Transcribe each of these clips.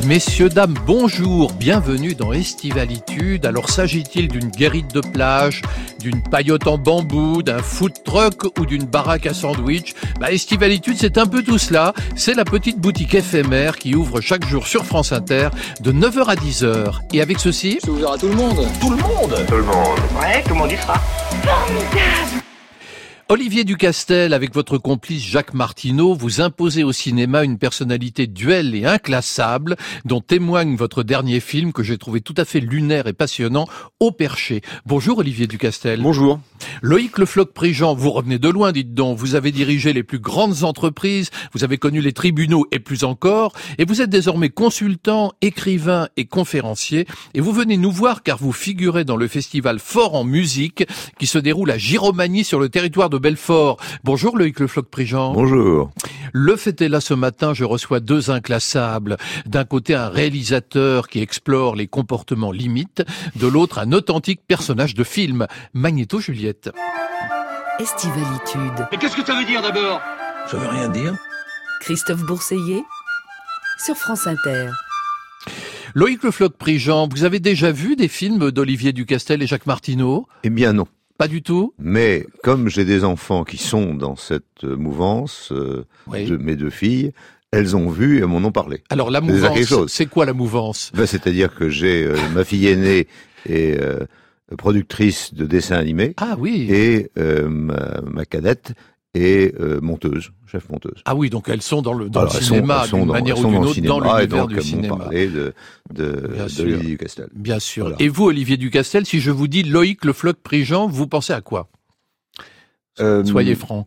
Messieurs, dames, bonjour, bienvenue dans Estivalitude. Alors s'agit-il d'une guérite de plage, d'une paillote en bambou, d'un food truck ou d'une baraque à sandwich? Estivalitude, c'est un peu tout cela. C'est la petite boutique éphémère qui ouvre chaque jour sur France Inter de 9h à 10h. Et avec ceci... C'est ouvert à tout le monde. Tout le monde. Tout le monde. Ouais, tout le monde y sera. Formidable. Olivier Ducastel, avec votre complice Jacques Martineau, vous imposez au cinéma une personnalité duelle et inclassable, dont témoigne votre dernier film que j'ai trouvé tout à fait lunaire et passionnant, Au Perché. Bonjour Olivier Ducastel. Bonjour. Loïc Le Floch-Prigent, vous revenez de loin, dites donc. Vous avez dirigé les plus grandes entreprises, vous avez connu les tribunaux et plus encore, et vous êtes désormais consultant, écrivain et conférencier, et vous venez nous voir car vous figurez dans le festival Fort en musique qui se déroule à Giromagny sur le territoire de Belfort. Bonjour Loïc Le Floch-Prigent. Bonjour. Le fait est là ce matin, je reçois deux inclassables. D'un côté, un réalisateur qui explore les comportements limites, de l'autre, un authentique personnage de film, Magnéto Juliette. Estivalitude. Mais qu'est-ce que ça veut dire d'abord? Ça veut rien dire. Christophe Bourseillet sur France Inter. Loïc Le Floch-Prigent, vous avez déjà vu des films d'Olivier Ducastel et Jacques Martineau? Eh bien non. Pas du tout. Mais comme j'ai des enfants qui sont dans cette mouvance, Oui. de mes deux filles, elles ont vu et m'en ont parlé. Alors la C'est quelque mouvance, chose. c'est quoi la mouvance? C'est-à-dire que j'ai ma fille aînée est productrice de dessins animés Ah oui. et ma cadette est chef monteuse. Ah oui, donc elles sont dans le Alors, elles cinéma sont d'une dans- manière elles ou sont d'une le autre, dans cinéma, et l'univers donc du elles m'ont cinéma. parlé Bien sûr. d'Olivier Ducastel. Bien sûr. Voilà. Et vous, Olivier Ducastel, si je vous dis Loïc Le Floch-Prigent, vous pensez à quoi? Soyez franc.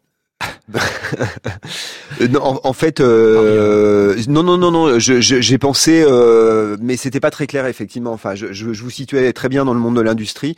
Non, en fait, non. J'ai pensé, mais c'était pas très clair effectivement. Enfin, je vous situais très bien dans le monde de l'industrie,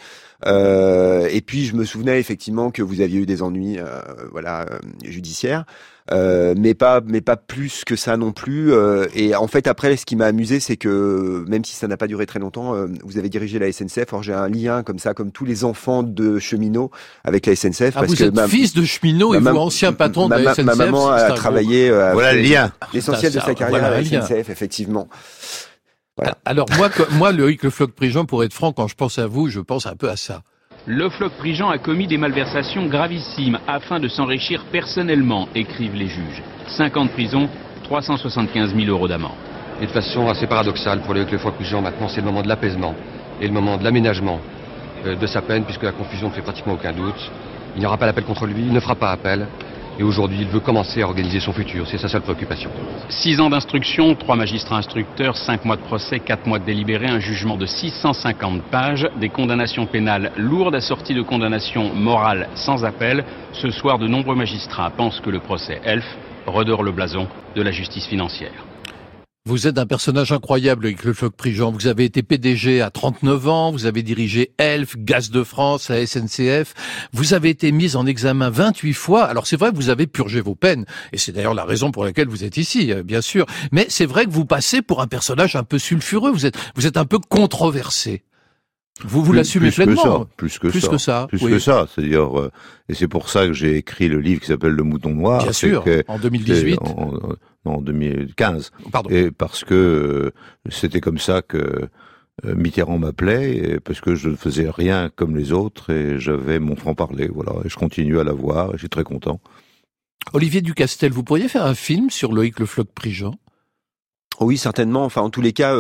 et puis je me souvenais effectivement que vous aviez eu des ennuis, judiciaires, mais pas plus que ça non plus. Et en fait, après, ce qui m'a amusé, c'est que même si ça n'a pas duré très longtemps, vous avez dirigé la SNCF. Or, j'ai un lien comme ça, comme tous les enfants de cheminots avec la SNCF. Ah, parce vous que êtes fils de cheminot et vous ancien patron de la SNCF. Ma maman a travaillé. Voilà le lien. L'essentiel de Ça, sa carrière voilà à un la lien. SNCF, effectivement. Voilà. Alors moi, Loïc Le Floch-Prigent, pour être franc, quand je pense à vous, je pense un peu à ça. Le Floch-Prigent a commis des malversations gravissimes afin de s'enrichir personnellement, écrivent les juges. 5 ans de prison, 375 000 euros d'amende. Et de façon assez paradoxale pour Loïc Le Floch-Prigent, maintenant c'est le moment de l'apaisement et le moment de l'aménagement de sa peine, puisque la confusion ne fait pratiquement aucun doute. Il n'y aura pas l'appel contre lui, il ne fera pas appel. Et aujourd'hui, il veut commencer à organiser son futur, c'est sa seule préoccupation. 6 ans d'instruction, 3 magistrats instructeurs, 5 mois de procès, 4 mois de délibéré, un jugement de 650 pages, des condamnations pénales lourdes assorties de condamnations morales sans appel. Ce soir, de nombreux magistrats pensent que le procès Elf redore le blason de la justice financière. Vous êtes un personnage incroyable, Loïc Le Floch-Prigent. Vous avez été PDG à 39 ans, vous avez dirigé Elf, Gaz de France, la SNCF. Vous avez été mis en examen 28 fois. Alors c'est vrai que vous avez purgé vos peines, et c'est d'ailleurs la raison pour laquelle vous êtes ici, bien sûr. Mais c'est vrai que vous passez pour un personnage un peu sulfureux. Vous êtes un peu controversé. Vous l'assumez pleinement. Plus que ça. C'est-à-dire, et c'est pour ça que j'ai écrit le livre qui s'appelle Le Mouton Noir. Bien sûr, en 2018. En 2015. Pardon. Et parce que c'était comme ça que Mitterrand m'appelait, et parce que je ne faisais rien comme les autres et j'avais mon franc-parler. Voilà, et je continue à l'avoir et je suis très content. Olivier Ducastel, vous pourriez faire un film sur Loïc Le Floch-Prigent? Oui, certainement. Enfin, en tous les cas,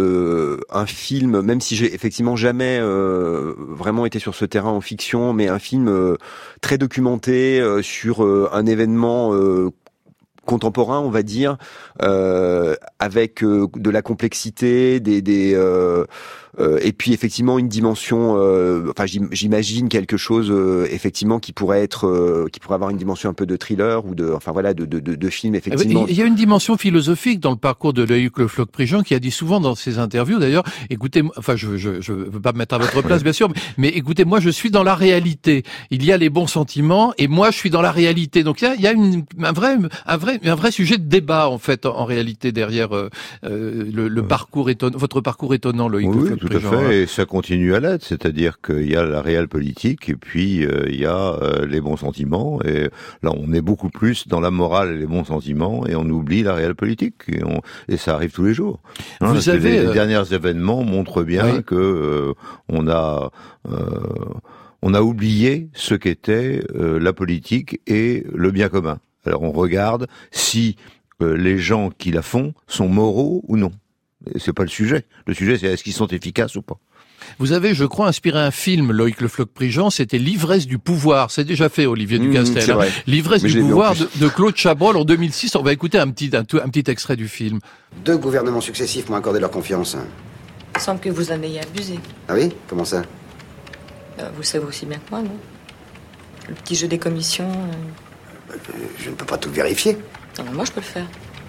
un film, même si j'ai effectivement jamais vraiment été sur ce terrain en fiction, mais un film très documenté sur un événement contemporain, on va dire, avec de la complexité, et puis effectivement une dimension. Enfin, j'imagine quelque chose effectivement qui pourrait avoir une dimension un peu de thriller ou de film effectivement. Il y a une dimension philosophique dans le parcours de Loïc Le Floch-Prigent qui a dit souvent dans ses interviews, d'ailleurs, écoutez, enfin, je veux pas me mettre à votre place, bien sûr, mais écoutez, moi, je suis dans la réalité. Il y a les bons sentiments et moi, je suis dans la réalité. Donc, il y a un vrai un vrai sujet de débat en fait, en réalité derrière le parcours votre parcours étonnant, Loïc. Oui, tout à fait, et ça continue à l'être, c'est-à-dire qu'il y a la réelle politique et puis il y a les bons sentiments, et là on est beaucoup plus dans la morale et les bons sentiments, et on oublie la réelle politique, et ça arrive tous les jours. Vous avez les derniers événements montrent bien que on a oublié ce qu'était la politique et le bien commun. Alors on regarde si les gens qui la font sont moraux ou non. Et c'est pas le sujet. Le sujet, c'est est-ce qu'ils sont efficaces ou pas. Vous avez, je crois, inspiré un film, Loïc Le Floch-Prigent, c'était L'ivresse du pouvoir. C'est déjà fait, Olivier Ducastel. Hein. L'ivresse du pouvoir de Claude Chabrol en 2006. On va écouter un petit extrait du film. 2 gouvernements successifs m'ont accordé leur confiance. Il semble que vous en ayez abusé. Ah oui? Comment ça? Vous le savez aussi bien que moi, non? Le petit jeu des commissions... Je ne peux pas tout vérifier. Non, mais moi, je peux le faire.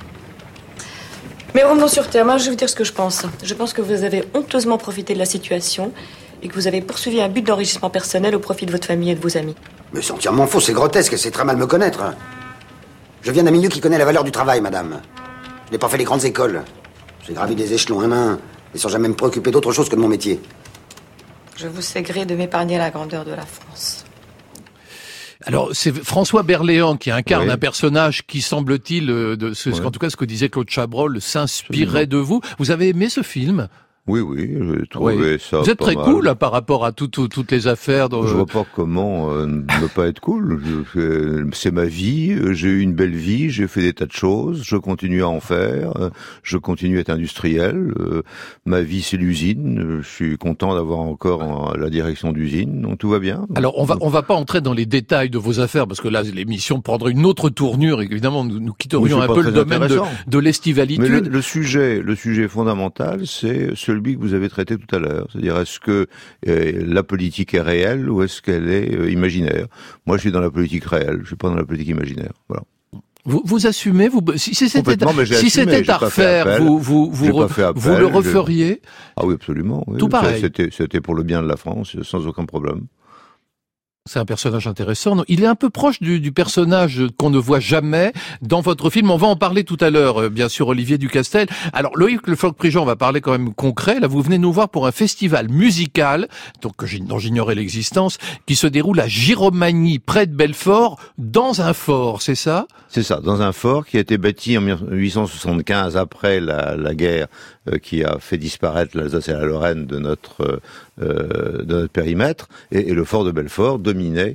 Mais revenons sur terre. Moi, je vais vous dire ce que je pense. Je pense que vous avez honteusement profité de la situation et que vous avez poursuivi un but d'enrichissement personnel au profit de votre famille et de vos amis. Mais c'est entièrement faux, c'est grotesque et c'est très mal me connaître. Je viens d'un milieu qui connaît la valeur du travail, madame. Je n'ai pas fait les grandes écoles. J'ai gravi des échelons un à un et sans jamais me préoccuper d'autre chose que de mon métier. Je vous sais gré de m'épargner la grandeur de la France. Alors, c'est François Berléand qui incarne un personnage qui, semble-t-il, en tout cas ce que disait Claude Chabrol, s'inspirait de vous. Vous avez aimé ce film ? Oui, j'ai trouvé ça. Vous êtes très mal. cool là, par rapport à toutes les affaires. Je vois pas comment ne pas être cool. C'est ma vie, j'ai eu une belle vie, j'ai fait des tas de choses, je continue à en faire, je continue à être industriel. Ma vie, c'est l'usine. Je suis content d'avoir encore la direction d'usine, donc tout va bien. Alors, on va pas entrer dans les détails de vos affaires parce que là, l'émission prendrait une autre tournure et évidemment, nous quitterions un peu le domaine de l'estivalité. Mais le sujet fondamental, c'est celui que vous avez traité tout à l'heure, c'est-à-dire est-ce que la politique est réelle ou est-ce qu'elle est imaginaire. Moi, je suis dans la politique réelle, je suis pas dans la politique imaginaire. Voilà. Vous assumez, si c'était à refaire, vous le referiez? Ah oui, absolument. Oui. Tout pareil. C'était pour le bien de la France, sans aucun problème. C'est un personnage intéressant. Il est un peu proche du personnage qu'on ne voit jamais dans votre film. On va en parler tout à l'heure, bien sûr, Olivier Ducastel. Alors, Loïc Le Floch-Prigent, on va parler quand même concret. Là, vous venez nous voir pour un festival musical, dont j'ignorais l'existence, qui se déroule à Giromagny, près de Belfort, dans un fort, c'est ça? C'est ça, dans un fort qui a été bâti en 1875 après la guerre qui a fait disparaître l'Alsace et la Lorraine de notre périmètre, et le fort de Belfort dominait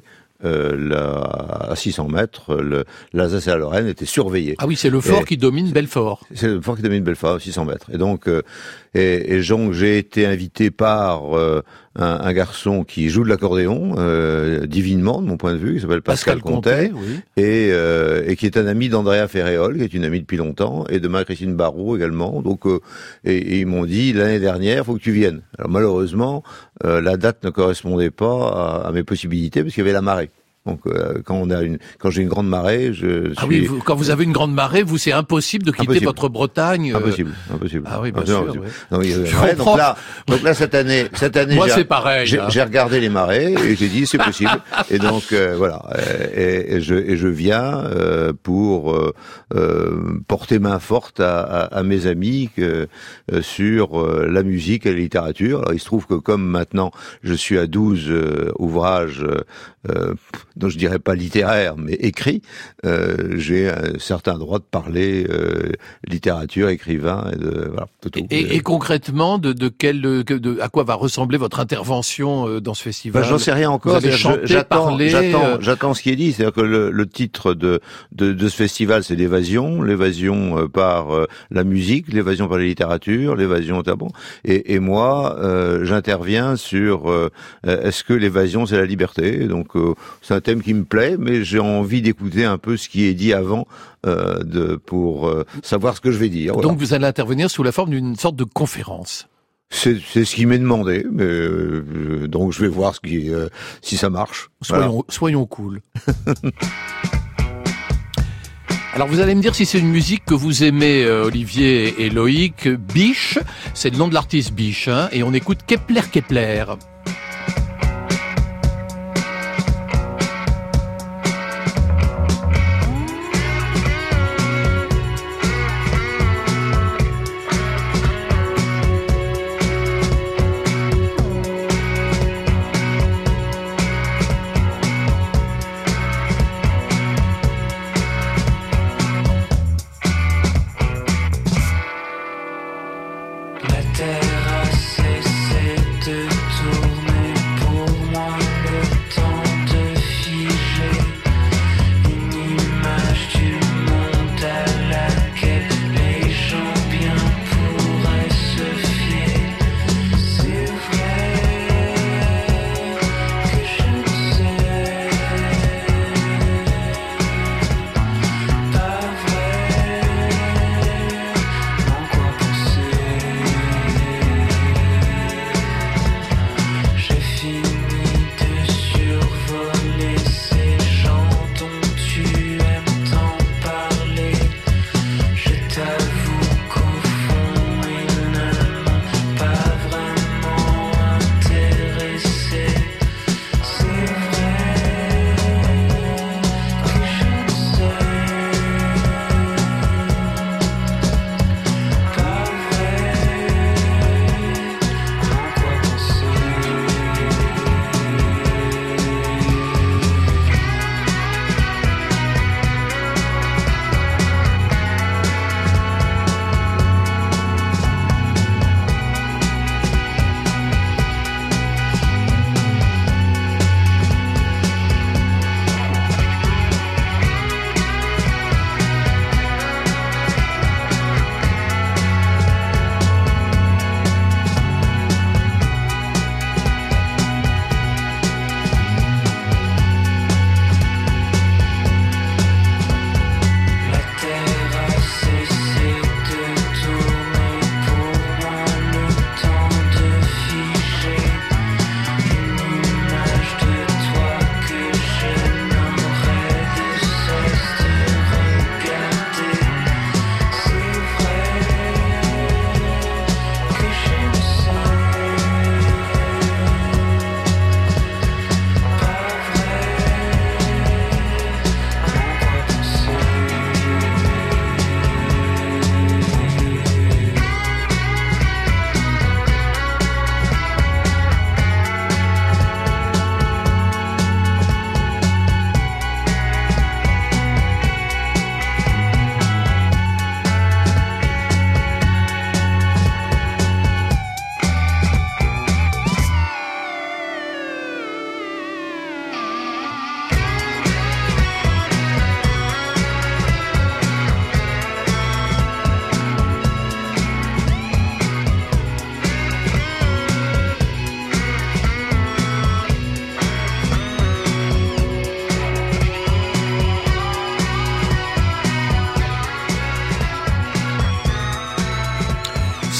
à 600 mètres, l'Alsace et la Lorraine étaient surveillés. Ah oui, c'est le fort qui domine Belfort. C'est le fort qui domine Belfort, à 600 mètres. Et donc, j'ai été invité par un garçon qui joue de l'accordéon, divinement de mon point de vue, qui s'appelle Pascal Comté, et qui est un ami d'Andrea Ferréol, qui est une amie depuis longtemps, et de Marie-Christine Barrault également. Donc, et ils m'ont dit, l'année dernière, faut que tu viennes. Alors malheureusement, la date ne correspondait pas à mes possibilités, parce qu'il y avait la marée. Donc quand j'ai une grande marée, quand vous avez une grande marée, c'est impossible de quitter votre Bretagne. Impossible. Ah oui, bien sûr. Oui. Donc là cette année, moi c'est pareil. J'ai regardé les marées et j'ai dit c'est possible. Et donc voilà. Et je viens pour porter main forte à mes amis sur la musique et la littérature. Alors il se trouve que comme maintenant je suis à 12 ouvrages dont je dirais pas littéraire, mais écrit, j'ai un certain droit de parler littérature, écrivain, et tout. Et concrètement, à quoi va ressembler votre intervention dans ce festival? J'en sais rien encore. J'attends ce qui est dit. C'est-à-dire que le titre de ce festival, c'est l'évasion par la musique, l'évasion par la littérature, l'évasion et moi, j'interviens sur est-ce que l'évasion c'est la liberté? Donc c'est un thème qui me plaît, mais j'ai envie d'écouter un peu ce qui est dit avant pour savoir ce que je vais dire. Voilà. Donc vous allez intervenir sous la forme d'une sorte de conférence. C'est ce qui m'est demandé, mais donc je vais voir si ça marche. Soyons cool. Alors vous allez me dire si c'est une musique que vous aimez, Olivier et Loïc. Biche, c'est le nom de l'artiste Biche, hein, et on écoute Kepler Kepler.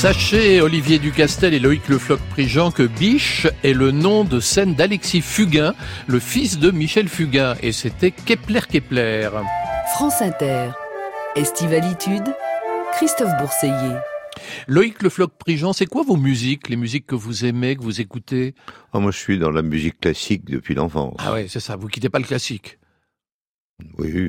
Sachez, Olivier Ducastel et Loïc Le Floch-Prigent, que Biche est le nom de scène d'Alexis Fugain, le fils de Michel Fugain, et c'était Kepler. France Inter. Estivalitude. Christophe Bourseiller. Loïc Le Floch-Prigent, c'est quoi vos musiques, les musiques que vous aimez, que vous écoutez? Moi, je suis dans la musique classique depuis l'enfance. Ah ouais, c'est ça, vous quittez pas le classique. Oui,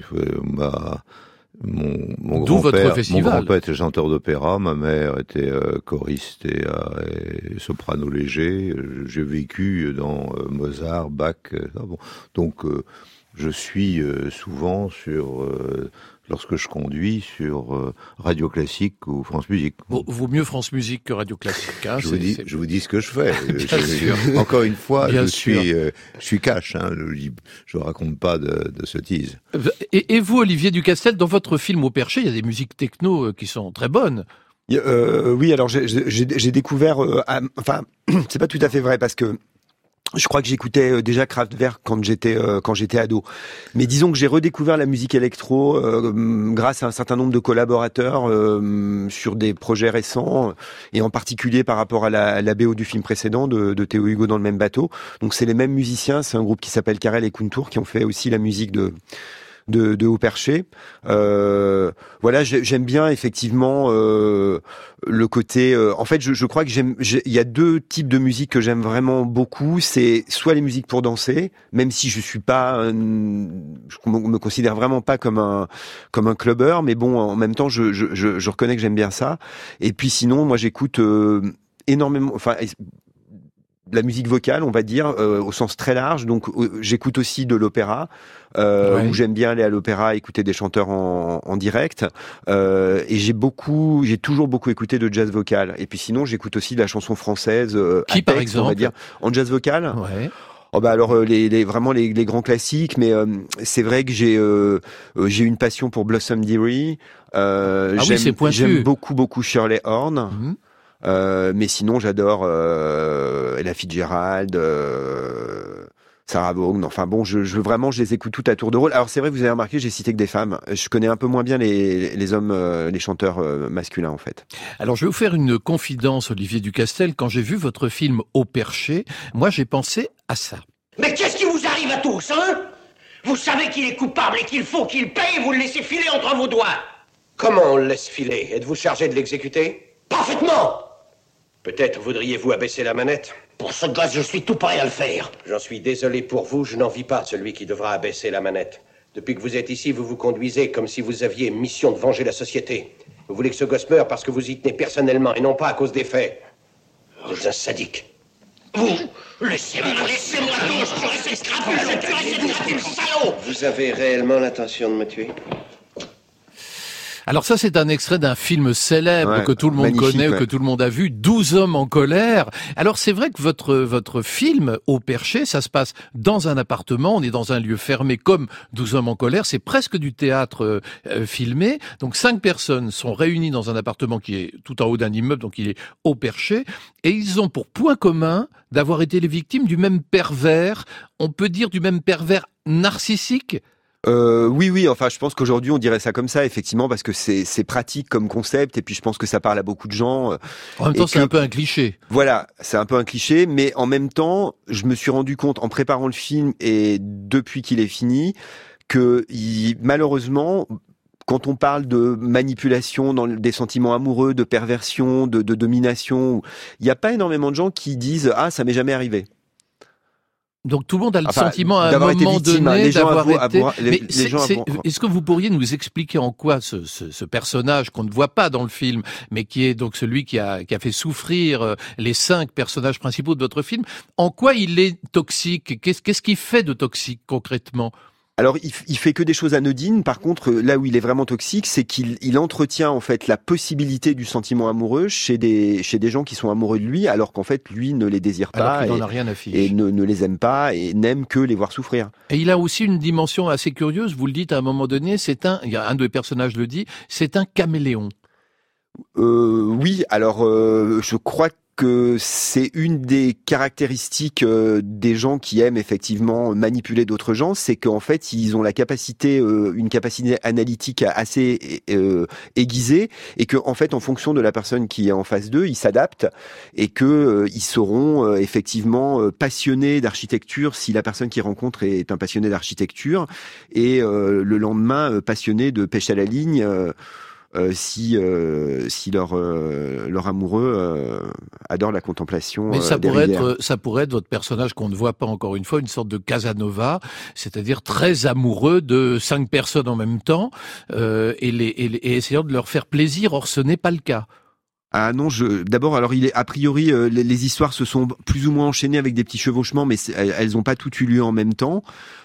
mon D'où votre grand-père, festival. mon grand-père était chanteur d'opéra, ma mère était choriste et soprano léger. J'ai vécu dans Mozart, Bach. Donc je suis souvent lorsque je conduis sur Radio Classique ou France Musique. Vaut mieux France Musique que Radio Classique. Hein, je vous dis ce que je fais. Bien sûr. Encore une fois, Bien je suis cash. Hein, je raconte pas de sottises. Et vous, Olivier Ducastel, dans votre film Au Perché, il y a des musiques techno qui sont très bonnes. Oui, alors j'ai découvert. Enfin, c'est pas tout à fait vrai parce que je crois que j'écoutais déjà Kraftwerk quand j'étais ado. Mais disons que j'ai redécouvert la musique électro grâce à un certain nombre de collaborateurs sur des projets récents et en particulier par rapport à la BO du film précédent de Théo Hugo dans le même bateau. Donc c'est les mêmes musiciens, c'est un groupe qui s'appelle Karel et Kuntur qui ont fait aussi la musique de Au Perché. Voilà, j'aime bien effectivement le côté. En fait, je crois que il y a deux types de musique que j'aime vraiment beaucoup. C'est soit les musiques pour danser, même si je suis pas, je me considère vraiment pas comme un clubbeur, mais bon, en même temps, je reconnais que j'aime bien ça. Et puis sinon, moi, j'écoute énormément. Enfin. La musique vocale, on va dire, au sens très large. Donc, j'écoute aussi de l'opéra, où j'aime bien aller à l'opéra, écouter des chanteurs en direct. Et j'ai toujours beaucoup écouté de jazz vocal. Et puis sinon, j'écoute aussi de la chanson française, qui par exemple, on va dire, en jazz vocal. Ouais. Oh bah alors vraiment les grands classiques, mais c'est vrai que j'ai une passion pour Blossom Dearie. J'aime beaucoup Shirley Horn. Mm-hmm. Mais sinon, j'adore Ella Fitzgerald, Sarah Vaughan. Enfin bon, je les écoute toutes à tour de rôle. Alors c'est vrai, vous avez remarqué, j'ai cité que des femmes. Je connais un peu moins bien les hommes, les chanteurs masculins en fait. Alors je vais vous faire une confidence, Olivier Ducastel. Quand j'ai vu votre film Au Perché, moi j'ai pensé à ça. Mais qu'est-ce qui vous arrive à tous, hein? Vous savez qu'il est coupable et qu'il faut qu'il paye et vous le laissez filer entre vos doigts. Comment on le laisse filer? Êtes-vous chargé de l'exécuter? Parfaitement! Peut-être voudriez-vous abaisser la manette? Pour ce gosse, je suis tout prêt à le faire. J'en suis désolé pour vous, je n'envie pas celui qui devra abaisser la manette. Depuis que vous êtes ici, vous vous conduisez comme si vous aviez mission de venger la société. Vous voulez que ce gosse meure parce que vous y tenez personnellement et non pas à cause des faits. Vous êtes un sadique. Vous, laissez-moi donc, je tuerai cette crapule, je tuerai cette crapule, salaud! Vous avez réellement l'intention de me tuer? Alors ça, c'est un extrait d'un film célèbre que tout le monde connaît, que tout le monde a vu, 12 hommes en colère. Alors c'est vrai que votre film, Au Perché, ça se passe dans un appartement, on est dans un lieu fermé comme 12 hommes en colère, c'est presque du théâtre filmé. Donc 5 personnes sont réunies dans un appartement qui est tout en haut d'un immeuble, donc il est au perché, et ils ont pour point commun d'avoir été les victimes du même pervers, on peut dire du même pervers narcissique. Oui, enfin, je pense qu'aujourd'hui, on dirait ça comme ça, effectivement, parce que c'est pratique comme concept, et puis je pense que ça parle à beaucoup de gens. En même temps, c'est un peu un cliché. Voilà, c'est un peu un cliché, mais en même temps, je me suis rendu compte, en préparant le film, et depuis qu'il est fini, que malheureusement, quand on parle de manipulation dans des sentiments amoureux, de perversion, de domination, il n'y a pas énormément de gens qui disent « Ah, ça m'est jamais arrivé ». Donc tout le monde a le sentiment à un moment donné d'avoir été... Mais est-ce que vous pourriez nous expliquer en quoi ce personnage qu'on ne voit pas dans le film, mais qui est donc celui qui a fait souffrir les 5 personnages principaux de votre film, en quoi il est toxique? Qu'est-ce qu'il fait de toxique concrètement? Alors, il fait que des choses anodines. Par contre, là où il est vraiment toxique, c'est qu'il entretient en fait la possibilité du sentiment amoureux chez des gens qui sont amoureux de lui, alors qu'en fait lui ne les désire pas et ne les aime pas et n'aime que les voir souffrir. Et il a aussi une dimension assez curieuse. Vous le dites à un moment donné, il y a un des personnages le dit, c'est un caméléon. Oui. Alors, je crois que c'est une des caractéristiques des gens qui aiment effectivement manipuler d'autres gens, c'est qu'en fait ils ont la capacité, une capacité analytique assez aiguisée, et que en fait en fonction de la personne qui est en face d'eux, ils s'adaptent, et que ils seront effectivement passionnés d'architecture si la personne qu'ils rencontrent est un passionné d'architecture, et le lendemain passionné de pêche à la ligne. Si leur amoureux adore la contemplation. Mais ça pourrait être votre personnage qu'on ne voit pas encore une fois, une sorte de Casanova, c'est-à-dire très amoureux de 5 personnes en même temps, et essayant de leur faire plaisir. Or, ce n'est pas le cas. Ah non, d'abord, alors il est a priori les histoires se sont plus ou moins enchaînées avec des petits chevauchements, mais elles n'ont pas toutes eu lieu en même temps.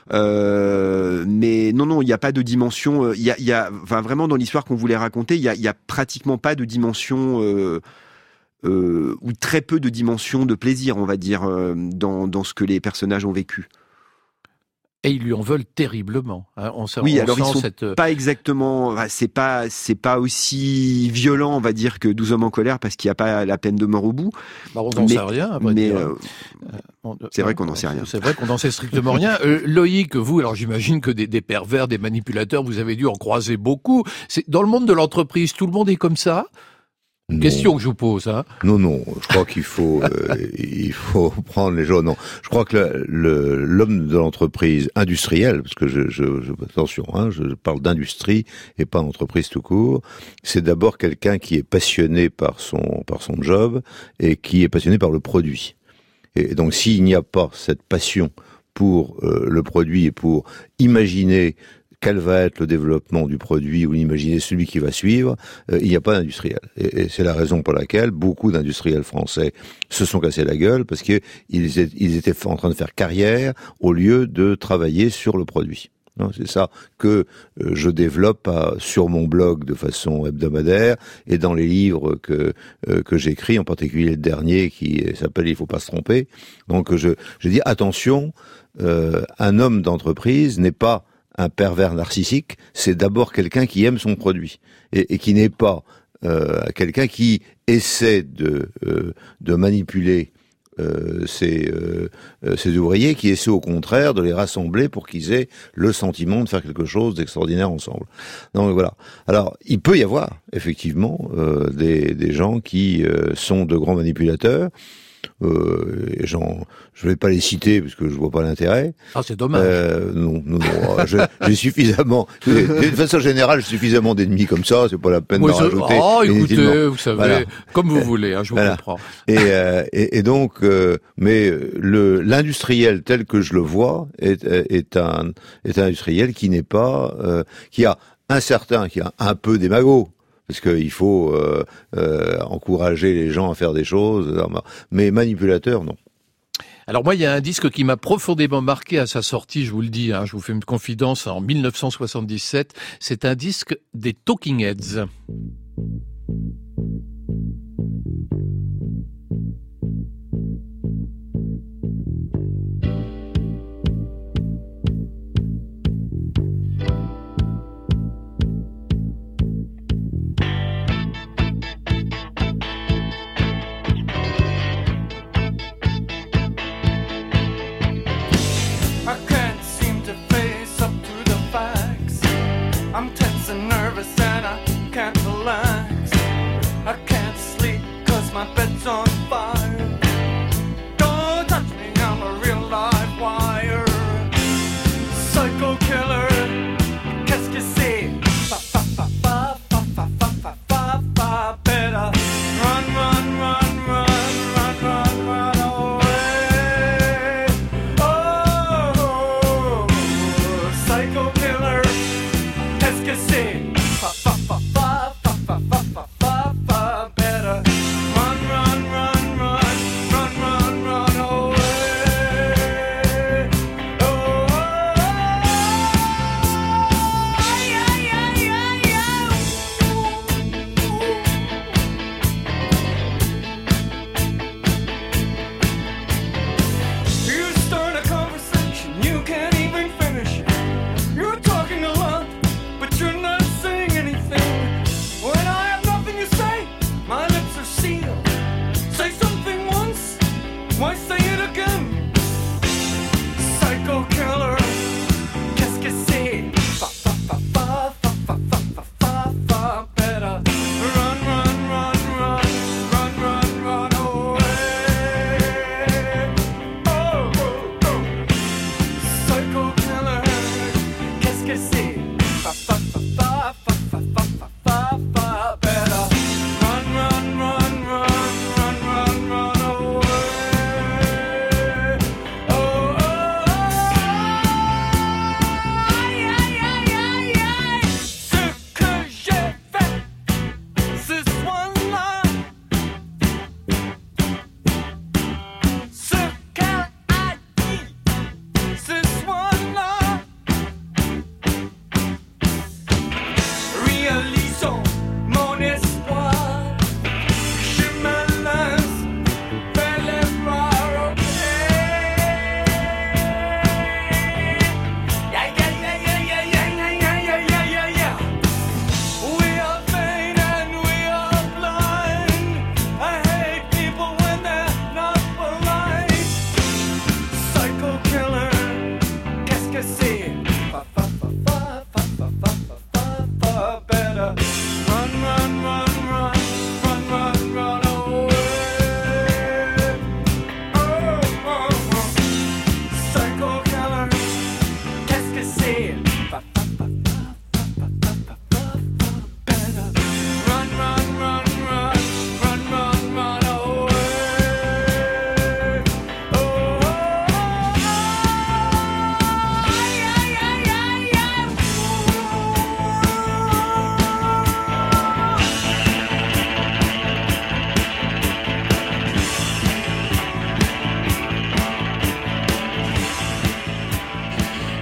Mais non, il n'y a pas de dimension. Il y a, enfin vraiment dans l'histoire qu'on voulait raconter, il y a pratiquement pas de dimension ou très peu de dimension de plaisir, on va dire, dans ce que les personnages ont vécu. Et ils lui en veulent terriblement. Hein. Alors ils sont pas exactement. C'est pas aussi violent, on va dire, que 12 hommes en colère, parce qu'il n'y a pas la peine de mort au bout. Bah, on n'en sait rien. C'est vrai qu'on n'en sait rien. C'est vrai qu'on n'en sait strictement rien. Loïc, vous, alors j'imagine que des pervers, des manipulateurs, vous avez dû en croiser beaucoup. Dans le monde de l'entreprise, tout le monde est comme ça? Non. Question que je vous pose, hein. Non, je crois qu'il faut prendre les gens. Non, je crois que l'homme de l'entreprise industrielle, parce que attention, hein, je parle d'industrie et pas d'entreprise tout court. C'est d'abord quelqu'un qui est passionné par son job et qui est passionné par le produit. Et donc, s'il n'y a pas cette passion pour le produit et pour imaginer quel va être le développement du produit ou imaginer celui qui va suivre, il n'y a pas d'industriel. Et c'est la raison pour laquelle beaucoup d'industriels français se sont cassés la gueule, parce qu'ils étaient en train de faire carrière au lieu de travailler sur le produit. C'est ça que je développe sur mon blog de façon hebdomadaire et dans les livres que j'écris, en particulier le dernier qui s'appelle « Il faut pas se tromper ». Donc je dis attention, un homme d'entreprise n'est pas un pervers narcissique, c'est d'abord quelqu'un qui aime son produit et qui n'est pas quelqu'un qui essaie de manipuler ces ouvriers, qui essaient au contraire de les rassembler pour qu'ils aient le sentiment de faire quelque chose d'extraordinaire ensemble. Donc voilà. Alors il peut y avoir effectivement des gens qui sont de grands manipulateurs. Je vais pas les citer parce que je vois pas l'intérêt. Ah, c'est dommage. Non. J'ai suffisamment, d'une façon générale, suffisamment d'ennemis comme ça. C'est pas la peine d'en rajouter. Oh, écoutez, vous savez, voilà. Comme vous voulez, hein, je vous comprends. Et donc, mais l'industriel tel que je le vois est un industriel qui n'est pas, qui a un peu des magots. Parce qu'il faut encourager les gens à faire des choses, mais manipulateur, non. Alors moi, il y a un disque qui m'a profondément marqué à sa sortie, je vous le dis, hein, je vous fais une confidence, en 1977. C'est un disque des Talking Heads.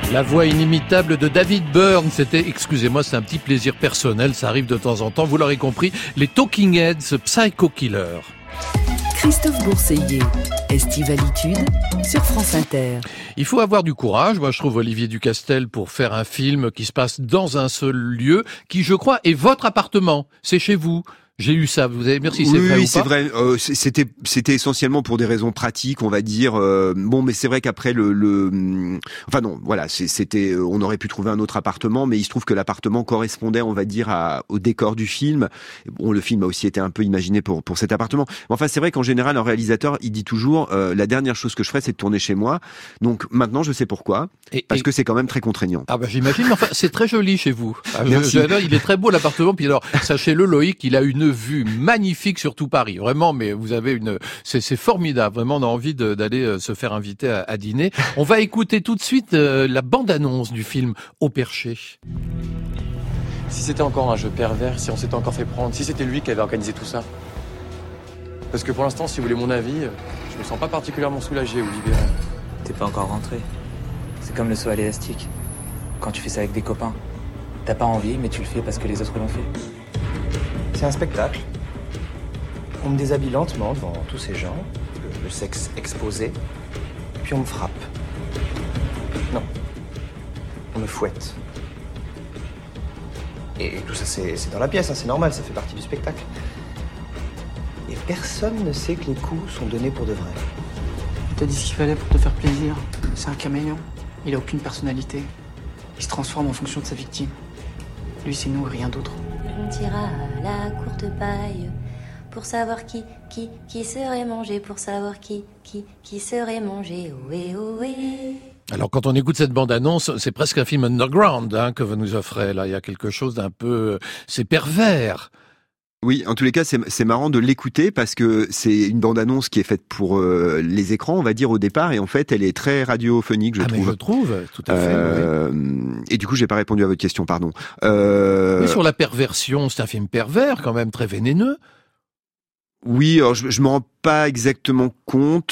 La voix inimitable de David Byrne, c'était, excusez-moi, c'est un petit plaisir personnel, ça arrive de temps en temps, vous l'aurez compris, les Talking Heads, Psycho Killer. Christophe Bourseiller, Estivalitude sur France Inter. Il faut avoir du courage, moi je trouve, Olivier Ducastel, pour faire un film qui se passe dans un seul lieu, qui je crois est votre appartement, c'est chez vous. J'ai lu ça. Vous avez merci, c'est vrai ou pas ? Oui, c'est vrai. C'était essentiellement pour des raisons pratiques, on va dire. Bon, mais c'est vrai qu'après enfin non, voilà, c'était. On aurait pu trouver un autre appartement, mais il se trouve que l'appartement correspondait, on va dire, au décor du film. Bon, le film a aussi été un peu imaginé pour cet appartement. Mais enfin, c'est vrai qu'en général, un réalisateur, il dit toujours, la dernière chose que je ferais, c'est de tourner chez moi. Donc maintenant, je sais pourquoi. Parce que c'est quand même très contraignant. Ah bah j'imagine. Mais enfin, c'est très joli chez vous. Merci. Il est très beau l'appartement. Puis alors, sachez-le, Loïc, il a une vue magnifique sur tout Paris, vraiment, mais vous avez c'est formidable, vraiment, on a envie d'aller se faire inviter à dîner. On va écouter tout de suite la bande-annonce du film Au Perché. Si c'était encore un jeu pervers, si on s'était encore fait prendre, si c'était lui qui avait organisé tout ça. Parce que pour l'instant, si vous voulez mon avis, je me sens pas particulièrement soulagé ou libéré. T'es pas encore rentré. C'est comme le saut à l'élastique. Quand tu fais ça avec des copains, t'as pas envie, mais tu le fais parce que les autres l'ont fait. C'est un spectacle. On me déshabille lentement devant tous ces gens, le sexe exposé, puis on me frappe. Non. On me fouette. Et tout ça, c'est dans la pièce, hein, c'est normal, ça fait partie du spectacle. Et personne ne sait que les coups sont donnés pour de vrai. Il t'a dit ce qu'il fallait pour te faire plaisir. C'est un caméléon. Il a aucune personnalité. Il se transforme en fonction de sa victime. Lui, c'est nous et rien d'autre. On tira à la courte paille pour savoir qui serait mangé, pour savoir qui serait mangé, ohé, ohé. Alors quand on écoute cette bande-annonce, c'est presque un film underground que vous nous offrez là. Il y a quelque chose d'un peu, c'est pervers. Oui, en tous les cas, c'est marrant de l'écouter parce que c'est une bande-annonce qui est faite pour les écrans, on va dire au départ, et en fait, elle est très radiophonique, je trouve. Mais je trouve, tout à fait. Oui. Et du coup, j'ai pas répondu à votre question, pardon. Oui, sur la perversion, c'est un film pervers, quand même très vénéneux. Oui, alors je me rends pas exactement compte.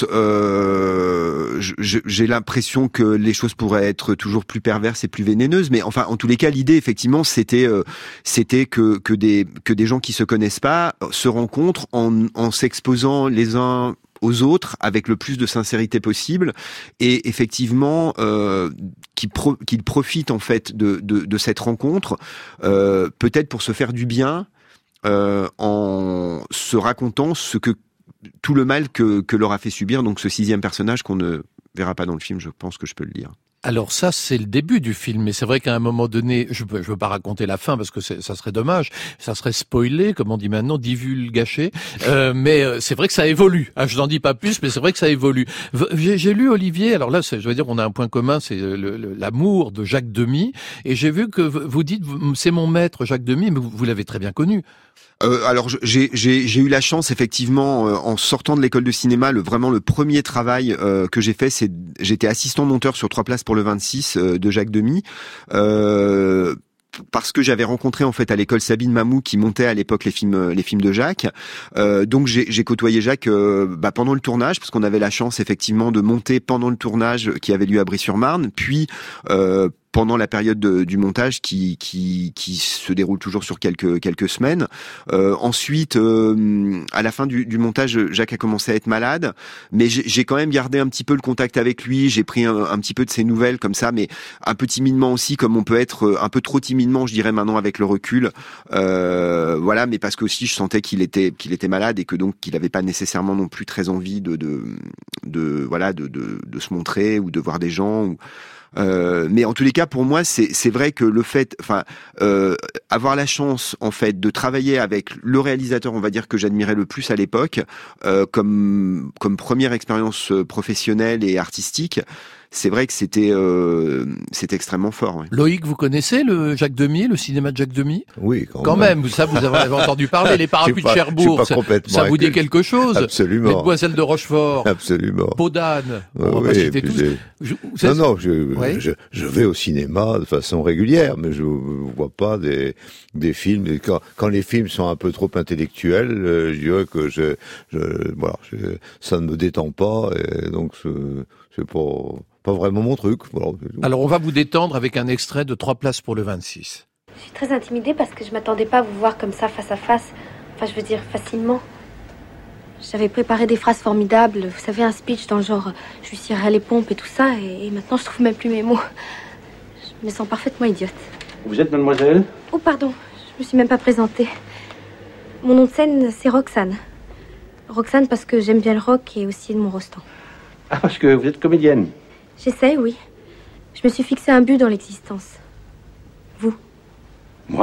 J'ai l'impression que les choses pourraient être toujours plus perverses et plus vénéneuses, mais enfin, en tous les cas, l'idée effectivement, c'était que des gens qui se connaissent pas se rencontrent en s'exposant les uns aux autres avec le plus de sincérité possible, et effectivement qu'ils profitent en fait de cette rencontre, peut-être pour se faire du bien. En se racontant tout le mal que leur a fait subir donc ce 6e personnage qu'on ne verra pas dans le film, je pense que je peux le dire. Alors ça, c'est le début du film, mais c'est vrai qu'à un moment donné, je veux pas raconter la fin parce que ça serait dommage, ça serait spoilé, comme on dit maintenant, divulgaché, mais c'est vrai que ça évolue. Je n'en dis pas plus, mais c'est vrai que ça évolue. J'ai lu, Olivier, alors là, je veux dire, on a un point commun, c'est l'amour de Jacques Demy, et j'ai vu que vous dites, c'est mon maître Jacques Demy, mais vous l'avez très bien connu. Alors j'ai eu la chance effectivement en sortant de l'école de cinéma, vraiment le premier travail que j'ai fait, j'étais assistant monteur sur 3 places pour le 26 de Jacques Demy. Parce que j'avais rencontré en fait à l'école Sabine Mamou qui montait à l'époque les films de Jacques. Donc j'ai côtoyé Jacques pendant le tournage, parce qu'on avait la chance effectivement de monter pendant le tournage qui avait lieu à Brie-sur-Marne, puis pendant la période du montage qui se déroule toujours sur quelques semaines. Ensuite, à la fin du montage, Jacques a commencé à être malade, mais j'ai quand même gardé un petit peu le contact avec lui. J'ai pris un petit peu de ses nouvelles comme ça, mais un peu timidement aussi, comme on peut être un peu trop timidement, je dirais maintenant avec le recul. Voilà, mais parce que aussi je sentais qu'il était malade et que donc qu'il n'avait pas nécessairement non plus très envie de se montrer ou de voir des gens. Mais en tous les cas, pour moi, c'est vrai que le fait, avoir la chance en fait de travailler avec le réalisateur, on va dire que j'admirais le plus à l'époque, comme première expérience professionnelle et artistique. C'est vrai que c'était extrêmement fort. Ouais. Loïc, vous connaissez le Jacques Demy, le cinéma de Jacques Demy ? Oui, quand même. Ça, vous avez entendu parler. Les parapluies de Cherbourg, ça vous dit quelque chose ? Absolument. Les demoiselles de Rochefort. Absolument. Peau d'âne. On va citer tous. Je vais au cinéma de façon régulière, mais je vois pas des films. Quand les films sont un peu trop intellectuels, je dirais que ça ne me détend pas, et donc c'est pas pas vraiment mon truc. Voilà. Alors on va vous détendre avec un extrait de 3 places pour le 26. Je suis très intimidée parce que je m'attendais pas à vous voir comme ça face à face. Enfin, je veux dire, facilement. J'avais préparé des phrases formidables. Vous savez, un speech dans le genre « je lui cirerai les pompes » et tout ça. Et maintenant, je trouve même plus mes mots. Je me sens parfaitement idiote. Vous êtes mademoiselle ? Oh, pardon. Je me suis même pas présentée. Mon nom de scène, c'est Roxane. Roxane parce que j'aime bien le rock et aussi mon Rostand. Ah, parce que vous êtes comédienne ? J'essaie, oui. Je me suis fixé un but dans l'existence. Vous. Moi ?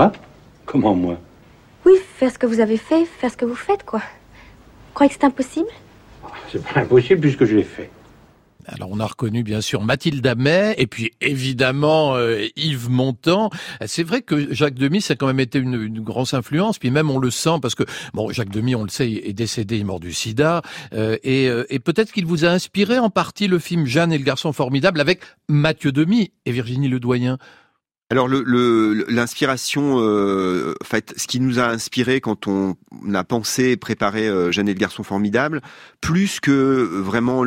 Comment moi ? Oui, faire ce que vous avez fait, faire ce que vous faites, quoi. Vous croyez que c'est impossible ? C'est pas impossible puisque je l'ai fait. Alors on a reconnu bien sûr Mathilde Amet et puis évidemment Yves Montand. C'est vrai que Jacques Demy ça a quand même été une grosse influence. Puis même on le sent parce que bon Jacques Demy on le sait est décédé, il est mort du sida et peut-être qu'il vous a inspiré en partie le film Jeanne et le garçon formidable avec Mathieu Demy et Virginie Ledoyen. Alors l'inspiration, en fait, ce qui nous a inspiré quand on a pensé et préparé Jeanne et le garçon formidable, plus que vraiment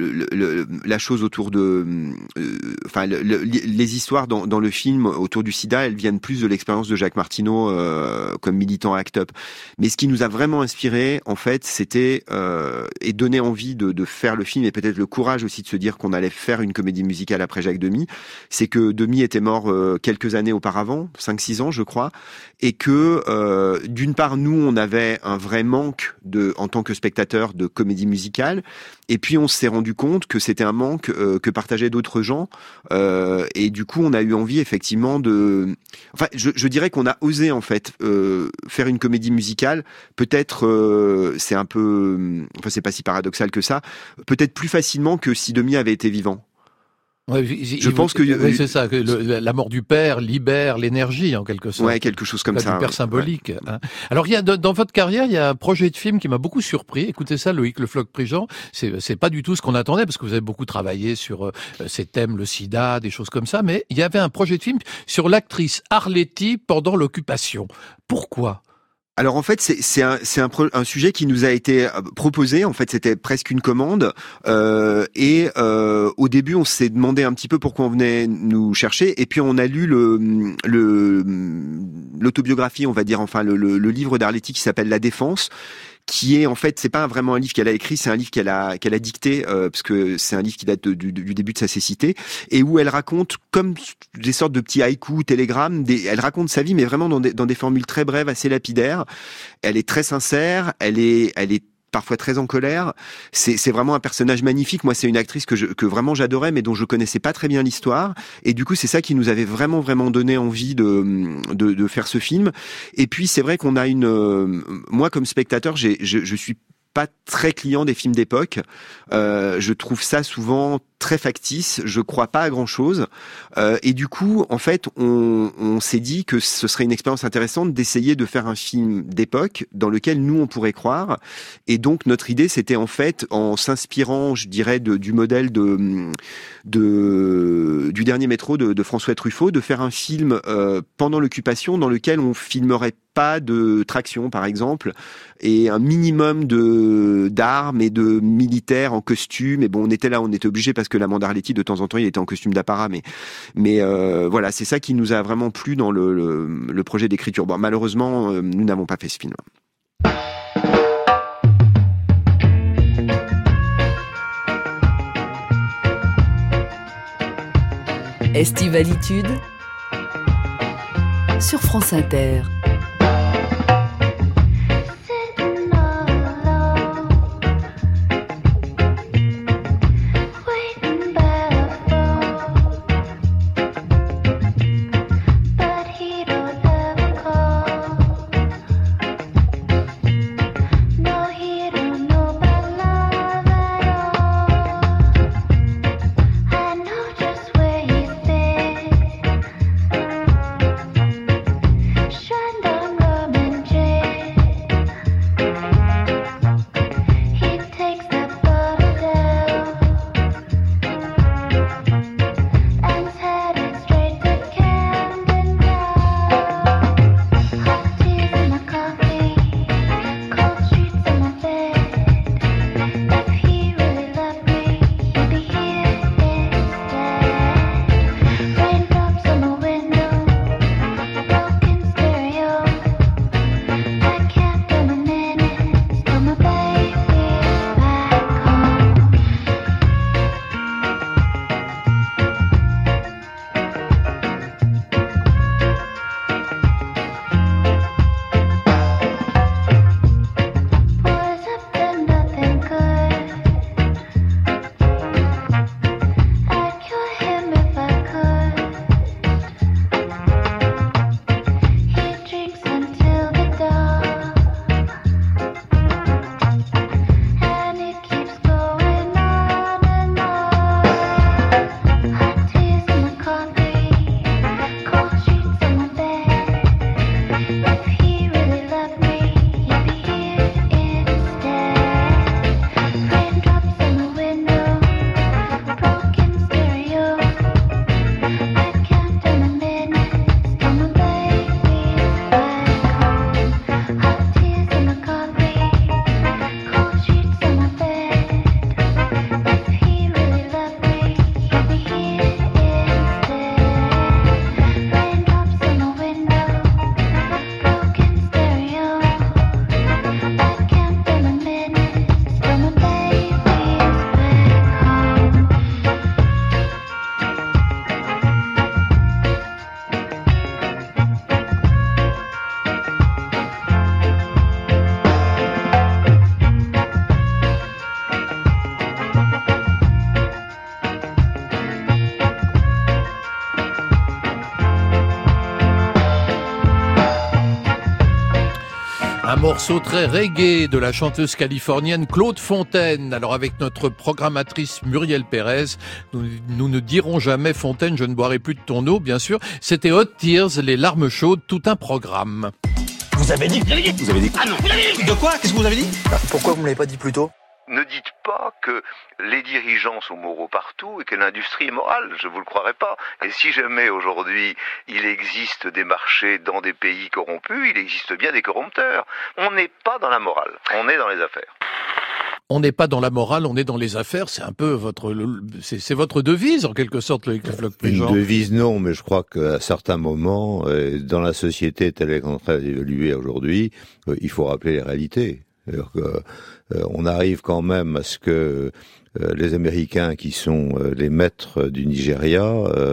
la chose autour de, enfin les histoires dans le film autour du sida, elles viennent plus de l'expérience de Jacques Martineau comme militant ACT UP. Mais ce qui nous a vraiment inspiré, en fait, c'était et donné envie de faire le film et peut-être le courage aussi de se dire qu'on allait faire une comédie musicale après Jacques Demy, c'est que Demy était mort quelques années auparavant, 5-6 ans je crois, et que d'une part nous on avait un vrai manque en tant que spectateur de comédie musicale, et puis on s'est rendu compte que c'était un manque que partageaient d'autres gens, et du coup on a eu envie effectivement de... Enfin je dirais qu'on a osé en fait faire une comédie musicale, peut-être c'est un peu... Enfin c'est pas si paradoxal que ça, peut-être plus facilement que si Demy avait été vivant. Ouais, je pense que oui, c'est ça, que la mort du père libère l'énergie en quelque sorte. Ouais, quelque chose comme ça. Hyper symbolique. Ouais. Hein. Alors il y a dans votre carrière, il y a un projet de film qui m'a beaucoup surpris. Écoutez ça, Loïc Le Floch-Prigent, c'est pas du tout ce qu'on attendait parce que vous avez beaucoup travaillé sur ces thèmes, le sida, des choses comme ça, mais il y avait un projet de film sur l'actrice Arletty pendant l'occupation. Pourquoi ? Alors en fait c'est un sujet qui nous a été proposé, en fait c'était presque une commande et au début on s'est demandé un petit peu pourquoi on venait nous chercher, et puis on a lu l'autobiographie, on va dire, enfin le livre d'Arletty qui s'appelle La Défense, qui est en fait, c'est pas vraiment un livre qu'elle a écrit, c'est un livre qu'elle a dicté, parce que c'est un livre qui date du début de sa cécité, et où elle raconte comme des sortes de petits haïkus, télégrammes, elle raconte sa vie, mais vraiment dans des formules très brèves, assez lapidaires. Elle est très sincère, elle est parfois très en colère. C'est vraiment un personnage magnifique. Moi, c'est une actrice que vraiment j'adorais, mais dont je connaissais pas très bien l'histoire. Et du coup, c'est ça qui nous avait vraiment donné envie de faire ce film. Et puis, c'est vrai qu'on a moi, comme spectateur, je suis pas très client des films d'époque. Je trouve ça souvent très factice, je crois pas à grand chose, et du coup en fait on s'est dit que ce serait une expérience intéressante d'essayer de faire un film d'époque dans lequel nous on pourrait croire, et donc notre idée c'était en fait, en s'inspirant je dirais du modèle du Dernier métro de François Truffaut, de faire un film pendant l'occupation dans lequel on filmerait pas de traction par exemple, et un minimum d'armes et de militaires en costume, et bon on était obligé parce que l'amant d'Arletty de temps en temps il était en costume d'apparat, mais voilà, c'est ça qui nous a vraiment plu dans le projet d'écriture. Bon, malheureusement nous n'avons pas fait ce film. Estivalitude sur France Inter. Shut Un morceau très reggae de la chanteuse californienne Claude Fontaine. Alors avec notre programmatrice Muriel Pérez, nous ne dirons jamais Fontaine, je ne boirai plus de ton eau, bien sûr. C'était Hot Tears, les larmes chaudes, tout un programme. Vous avez dit. Vous avez dit. Ah non, vous avez dit. De quoi? Qu'est-ce que vous avez dit? Pourquoi vous me l'avez pas dit plus tôt? Ne dites pas que les dirigeants sont moraux partout et que l'industrie est morale, je vous le croirais pas. Et si jamais aujourd'hui il existe des marchés dans des pays corrompus, il existe bien des corrupteurs. On n'est pas dans la morale, on est dans les affaires. On n'est pas dans la morale, on est dans les affaires. C'est un peu c'est votre devise en quelque sorte, le Floch-Prigent. Une devise non, mais je crois qu'à certains moments, dans la société telle qu'elle est en train d'évoluer aujourd'hui, il faut rappeler les réalités. C'est-à-dire que on arrive quand même à ce que les Américains, qui sont les maîtres du Nigeria,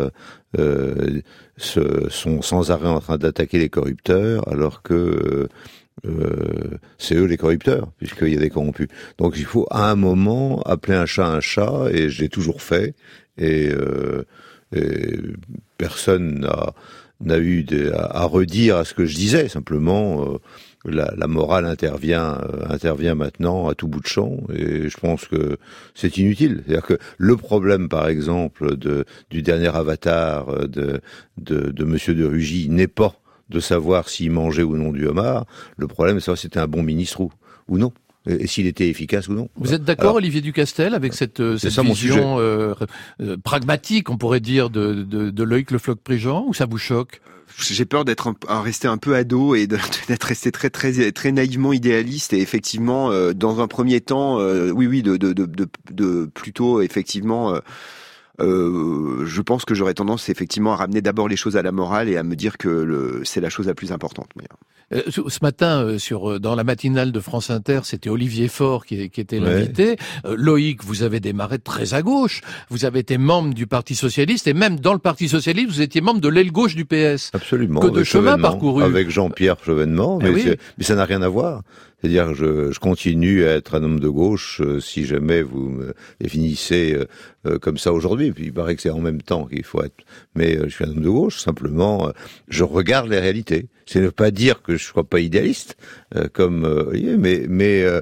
sont sans arrêt en train d'attaquer les corrupteurs, alors que c'est eux les corrupteurs, puisqu'il y a des corrompus. Donc il faut à un moment appeler un chat, et je l'ai toujours fait, et personne n'a eu à redire à ce que je disais, simplement la morale intervient maintenant à tout bout de champ, et je pense que c'est inutile. C'est-à-dire que le problème, par exemple, du dernier Avatar de Monsieur de Rugy n'est pas de savoir s'il mangeait ou non du homard. Le problème, c'est de savoir si c'était un bon ministre ou non. Et s'il était efficace ou non. Vous êtes d'accord, Olivier Ducastel, avec cette vision pragmatique, on pourrait dire, de Loïc Le Floch-Prigent, ou ça vous choque? J'ai peur rester un peu ado et d'être resté très naïvement idéaliste, et effectivement, dans un premier temps, de plutôt effectivement. Je pense que j'aurais tendance effectivement à ramener d'abord les choses à la morale et à me dire que c'est la chose la plus importante. Ce matin, dans la matinale de France Inter, c'était Olivier Faure qui était l'invité. Loïc, vous avez démarré très à gauche. Vous avez été membre du Parti Socialiste, et même dans le Parti Socialiste, vous étiez membre de l'aile gauche du PS. Absolument. Que de chemin parcouru. Avec Jean-Pierre Chevènement, mais ça n'a rien à voir. C'est-à-dire que je continue à être un homme de gauche, si jamais vous me définissez comme ça aujourd'hui. Puis il paraît que c'est en même temps qu'il faut être. Mais je suis un homme de gauche, simplement, je regarde les réalités. C'est ne pas dire que je sois pas idéaliste, mais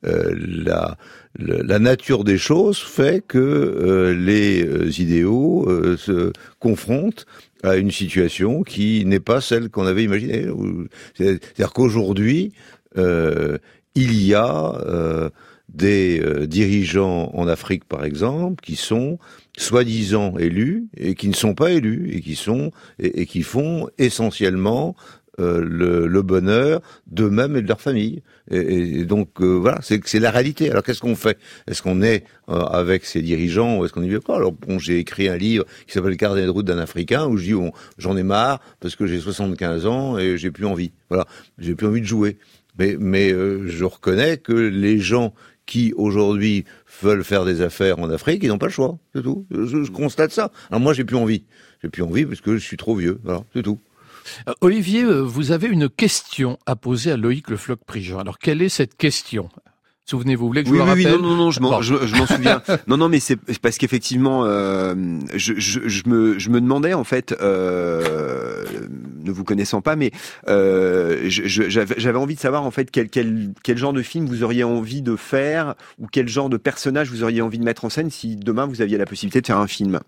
la nature des choses fait que les idéaux se confrontent à une situation qui n'est pas celle qu'on avait imaginée. C'est-à-dire qu'aujourd'hui, il y a des dirigeants en Afrique, par exemple, qui sont soi-disant élus et qui ne sont pas élus, et qui font essentiellement le bonheur d'eux-mêmes et de leur famille. Et donc voilà, c'est la réalité. Alors qu'est-ce qu'on fait? Est-ce qu'on est avec ces dirigeants, ou est-ce qu'on n'y vit pas? Alors bon, j'ai écrit un livre qui s'appelle Carnet de route d'un Africain, où je dis j'en ai marre parce que j'ai 75 ans et j'ai plus envie. Voilà, j'ai plus envie de jouer. Mais je reconnais que les gens qui aujourd'hui veulent faire des affaires en Afrique, ils n'ont pas le choix, c'est tout. Je constate ça. Alors moi, j'ai plus envie parce que je suis trop vieux. Voilà, c'est tout. Olivier, vous avez une question à poser à Loïc Le Floch-Prigent. Alors, quelle est cette question? Souvenez-vous, vous voulez que je vous le rappelle? Non, je m'en souviens. Non, mais c'est parce qu'effectivement, je me demandais, en fait, ne vous connaissant pas, mais j'avais envie de savoir, en fait, quel genre de film vous auriez envie de faire, ou quel genre de personnage vous auriez envie de mettre en scène si demain vous aviez la possibilité de faire un film.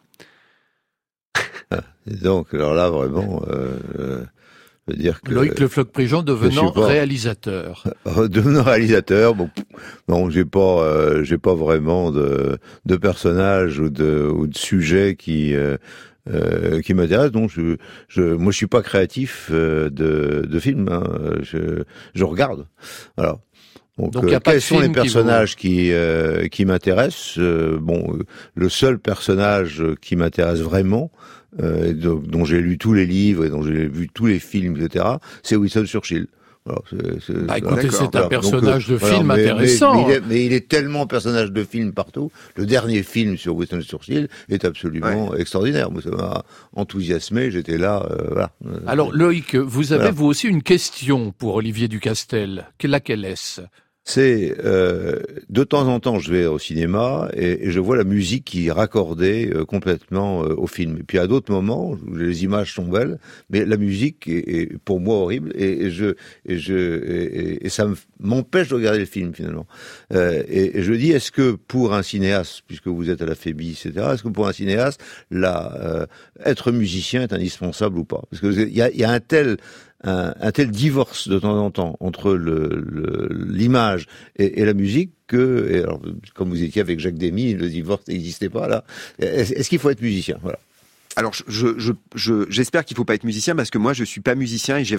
Donc, alors là, vraiment, je veux dire que Loïc Le Floch-Prigent devenant réalisateur. Devenant réalisateur, bon, j'ai pas vraiment de personnage ou de sujet qui m'intéresse. Donc, moi, je suis pas créatif de film. Hein. Je regarde. Voilà. Donc quels sont les personnages qui m'intéressent? Le seul personnage qui m'intéresse vraiment, dont j'ai lu tous les livres et dont j'ai vu tous les films, etc., c'est Winston Churchill. Alors, écoutez, c'est un personnage de film intéressant. Mais il est tellement personnage de film partout. Le dernier film sur Winston Churchill est absolument extraordinaire. Moi, ça m'a enthousiasmé. J'étais là. Voilà. Alors, Loïc, vous avez vous aussi une question pour Olivier Ducastel. Laquelle est-ce? c'est de temps en temps je vais au cinéma et je vois la musique qui est raccordée complètement au film. Et puis à d'autres moments, les images sont belles, mais la musique est pour moi horrible et ça m'empêche de regarder le film finalement. Et je dis, est-ce que pour un cinéaste, puisque vous êtes à la FEBI, etc., est-ce que pour un cinéaste, être musicien est indispensable ou pas? Parce que il y a un tel divorce de temps en temps entre l'image et la musique que, et alors, comme vous étiez avec Jacques Demy, le divorce n'existait pas là. Est-ce qu'il faut être musicien? Voilà. Alors, j'espère qu'il faut pas être musicien parce que moi, je suis pas musicien et je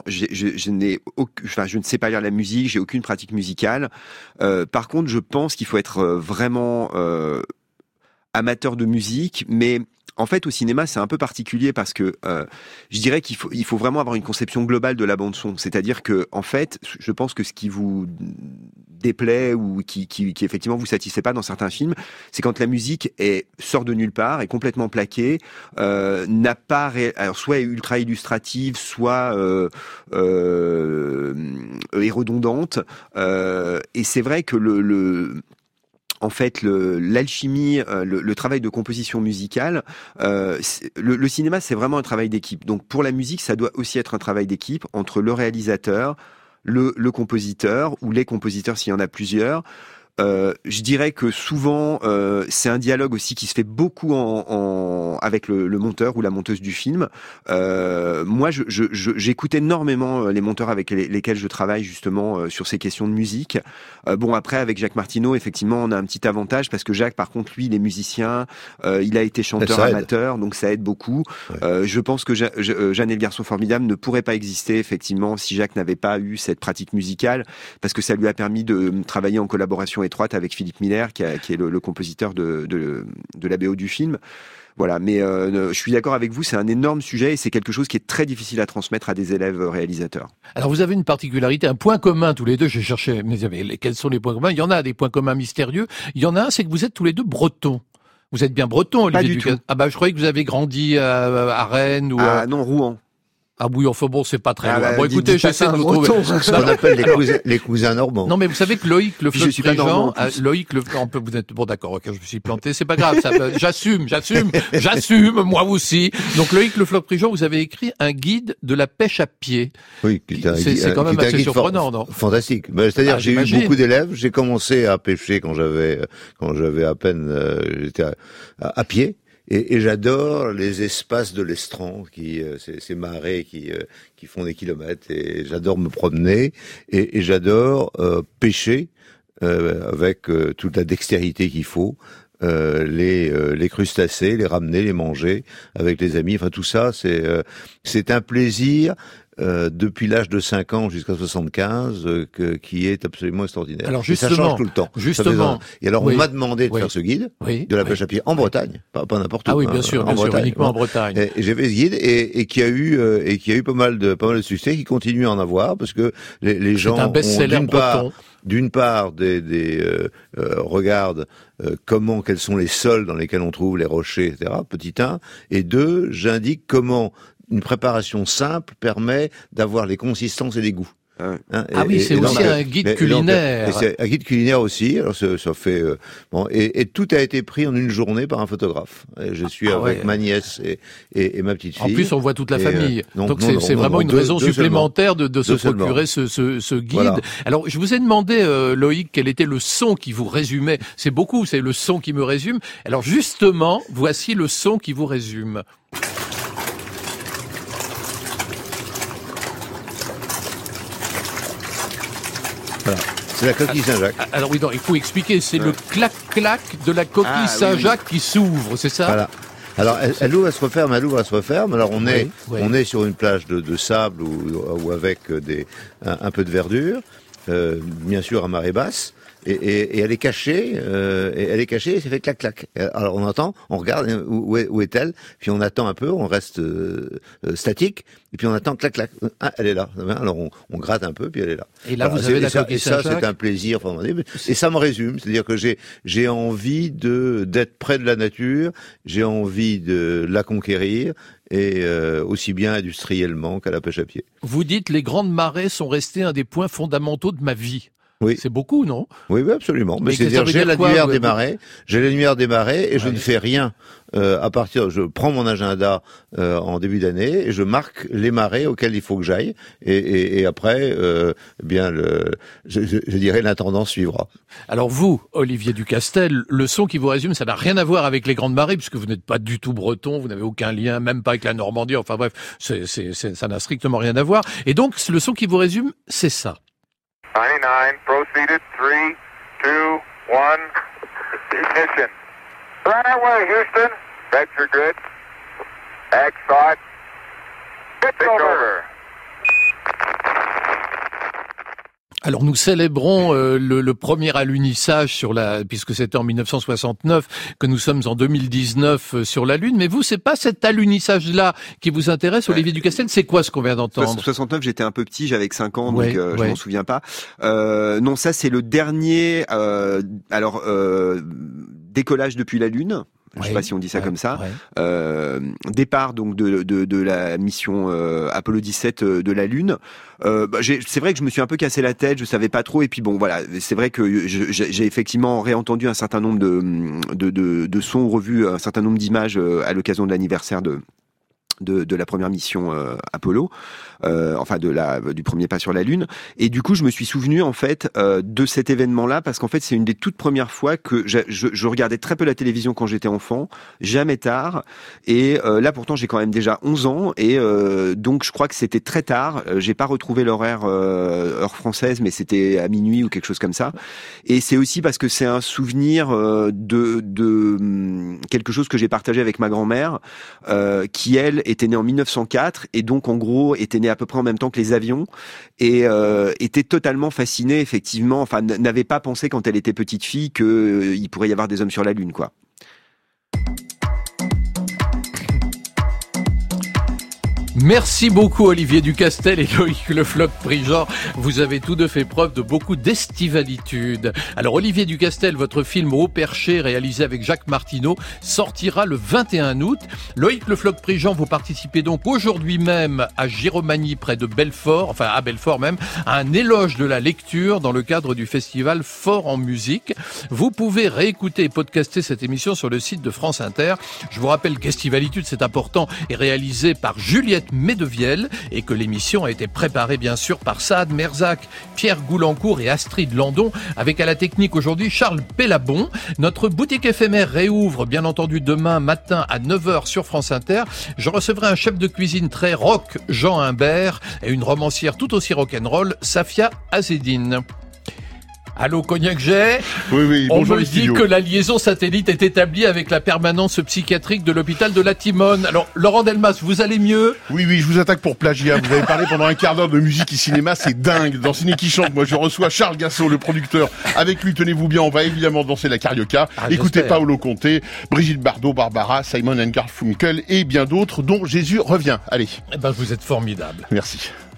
ne sais pas lire la musique, j'ai aucune pratique musicale. Par contre, je pense qu'il faut être vraiment amateur de musique, mais en fait, au cinéma, c'est un peu particulier parce que je dirais qu'il faut vraiment avoir une conception globale de la bande son. C'est-à-dire que, en fait, je pense que ce qui vous déplaît ou qui effectivement vous satisfait pas dans certains films, c'est quand la musique sort de nulle part, est complètement plaquée, n'a pas alors soit est ultra illustrative, soit est redondante. Et c'est vrai que en fait, l'alchimie, le travail de composition musicale, le cinéma, c'est vraiment un travail d'équipe. Donc, pour la musique, ça doit aussi être un travail d'équipe entre le réalisateur, le compositeur, ou les compositeurs s'il y en a plusieurs. Je dirais que souvent, c'est un dialogue aussi qui se fait beaucoup avec le monteur ou la monteuse du film. Moi, j'écoute énormément les monteurs avec lesquels je travaille justement sur ces questions de musique. Bon, après, avec Jacques Martineau, effectivement, on a un petit avantage parce que Jacques, par contre, lui, il est musicien, il a été chanteur amateur, donc ça aide beaucoup. Ouais. Je pense que Jeanne et le garçon formidable ne pourrait pas exister, effectivement, si Jacques n'avait pas eu cette pratique musicale, parce que ça lui a permis de travailler en collaboration étroite avec Philippe Miller, qui est le compositeur de la BO du film. Voilà, mais je suis d'accord avec vous, c'est un énorme sujet et c'est quelque chose qui est très difficile à transmettre à des élèves réalisateurs. Alors vous avez une particularité, un point commun tous les deux, j'ai cherché, mais quels sont les points communs? Il y en a des points communs mystérieux, il y en a un, c'est que vous êtes tous les deux bretons. Vous êtes bien breton, Olivier Ducasse? Ah bah je croyais que vous avez grandi à Rennes ou non, Rouen. Ah oui, enfin bon, c'est pas très loin. Bon, écoutez, j'essaie de vous trouver. Ce qu'on appelle les cousins normands. Non, mais vous savez que Loïc Le Floch-Prigent, bon, d'accord, ok, je me suis planté, c'est pas grave, j'assume, moi aussi. Donc, Loïc Le Floch-Prigent, vous avez écrit un guide de la pêche à pied. Oui, c'est quand même assez surprenant, non? Fantastique. C'est-à-dire, j'ai eu beaucoup d'élèves, j'ai commencé à pêcher quand j'avais à peine, j'étais à pied. Et j'adore les espaces de l'estran, ces marais qui font des kilomètres, et j'adore me promener, et j'adore pêcher avec toute la dextérité qu'il faut, les crustacés, les ramener, les manger avec les amis. Enfin tout ça, c'est un plaisir. Depuis l'âge de 5 ans jusqu'à 75, qui est absolument extraordinaire. Alors justement, et ça change tout le temps. Justement. Et alors on m'a demandé de faire ce guide de la pêche à pied en Bretagne, pas n'importe où. Ah oui, bien sûr, uniquement en Bretagne. Et j'ai fait ce guide et qui a eu pas mal de succès, qui continue à en avoir parce que les gens un best-seller breton. D'une part, regardent quels sont les sols dans lesquels on trouve les rochers, etc. Petit 1. Et 2, j'indique comment une préparation simple permet d'avoir les consistances et les goûts. C'est aussi un guide culinaire. C'est un guide culinaire aussi. Alors ça fait et tout a été pris en une journée par un photographe. Et je suis avec ma nièce et ma petite fille. En plus, on voit toute la famille. Donc c'est vraiment une raison supplémentaire de se procurer ce guide. Voilà. Alors je vous ai demandé, Loïc, quel était le son qui vous résumait. C'est le son qui me résume. Alors justement, voici le son qui vous résume. Voilà. C'est la coquille Saint-Jacques. Alors oui, non, il faut expliquer, c'est le clac-clac de la coquille Saint-Jacques qui s'ouvre, c'est ça? Voilà. Alors elle ouvre, elle se referme, Alors on est sur une plage de sable ou avec un peu de verdure, bien sûr à marée basse. Et elle est cachée, et ça fait clac-clac. Alors on regarde où est-elle, puis on attend un peu, on reste statique, et puis on attend clac-clac. Ah, elle est là. Alors on gratte un peu, puis elle est là. Et là, vous avez la coquille Saint-Jacques. Et ça, c'est un plaisir formidable. Et ça me résume, c'est-à-dire que j'ai envie d'être près de la nature, j'ai envie de la conquérir, et aussi bien industriellement qu'à la pêche à pied. Vous dites les grandes marées sont restées un des points fondamentaux de ma vie. Oui. C'est beaucoup, non? Oui, absolument. Mais c'est-à-dire, j'ai la lumière des marées, et je ne fais rien. Je prends mon agenda en début d'année et je marque les marées auxquelles il faut que j'aille. Et après, je dirais l'intendant suivra. Alors vous, Olivier Ducastel, le son qui vous résume, ça n'a rien à voir avec les grandes marées, puisque vous n'êtes pas du tout breton, vous n'avez aucun lien, même pas avec la Normandie. Enfin bref, ça n'a strictement rien à voir. Et donc, le son qui vous résume, c'est ça. 99, proceeded, 3, 2, 1, ignition. Right away, Houston. Vector good. X thought. Pitch over. Alors nous célébrons le premier alunissage puisque c'était en 1969 que nous sommes en 2019 sur la Lune. Mais vous, c'est pas cet alunissage-là qui vous intéresse, Olivier Ducastel. C'est quoi ce qu'on vient d'entendre? 69, j'étais un peu petit, j'avais 5 ans, donc je m'en souviens pas. Non, ça c'est le dernier. Décollage depuis la Lune. Je sais pas si on dit ça comme ça. Départ donc de la mission Apollo 17 de la Lune. C'est vrai que je me suis un peu cassé la tête, je savais pas trop. Et puis bon, voilà, c'est vrai que j'ai effectivement réentendu un certain nombre de sons, revu un certain nombre d'images à l'occasion de l'anniversaire de la première mission Apollo, du premier pas sur la Lune. Et du coup, je me suis souvenu en fait de cet événement-là parce qu'en fait, c'est une des toutes premières fois que je regardais très peu la télévision quand j'étais enfant, jamais tard. Et là, pourtant, j'ai quand même déjà 11 ans et donc je crois que c'était très tard. J'ai pas retrouvé l'horaire heure française, mais c'était à minuit ou quelque chose comme ça. Et c'est aussi parce que c'est un souvenir de quelque chose que j'ai partagé avec ma grand-mère, qui elle était née en 1904 et donc en gros était née à peu près en même temps que les avions et était totalement fascinée effectivement, enfin n'avait pas pensé quand elle était petite fille qu'il pourrait y avoir des hommes sur la Lune, quoi. Merci beaucoup Olivier Ducastel et Loïc Le Floch-Prigent. Vous avez tous deux fait preuve de beaucoup d'estivalitude. Alors Olivier Ducastel, votre film Au Perché, réalisé avec Jacques Martineau, sortira le 21 août. Loïc Le Floch-Prigent, vous participez donc aujourd'hui même à Giromagny, près de Belfort, enfin à Belfort même, à un éloge de la lecture dans le cadre du festival Fort en musique. Vous pouvez réécouter et podcaster cette émission sur le site de France Inter. Je vous rappelle qu'Estivalitude, c'est important, est réalisé par Juliette Medevielle et que l'émission a été préparée bien sûr par Saad Merzak, Pierre Goulancourt et Astrid Landon, avec à la technique aujourd'hui Charles Pellabon. Notre boutique éphémère réouvre bien entendu demain matin à 9h sur France Inter. Je recevrai un chef de cuisine très rock, Jean Humbert, et une romancière tout aussi rock'n'roll, Safia Azedine. Allô, Cognac Jet. Oui, on bonjour me dit que la liaison satellite est établie avec la permanence psychiatrique de l'hôpital de la Timone. Alors, Laurent Delmas, vous allez mieux? Oui, je vous attaque pour plagiat. Vous avez parlé pendant un quart d'heure de musique et cinéma, c'est dingue. Dans Ciné qui chante, moi je reçois Charles Gassot, le producteur. Avec lui, tenez-vous bien, on va évidemment danser la Carioca. Écoutez Paolo Conte, Brigitte Bardot, Barbara, Simon & Garfunkel et bien d'autres, dont Jésus revient. Allez. Vous êtes formidable. Merci.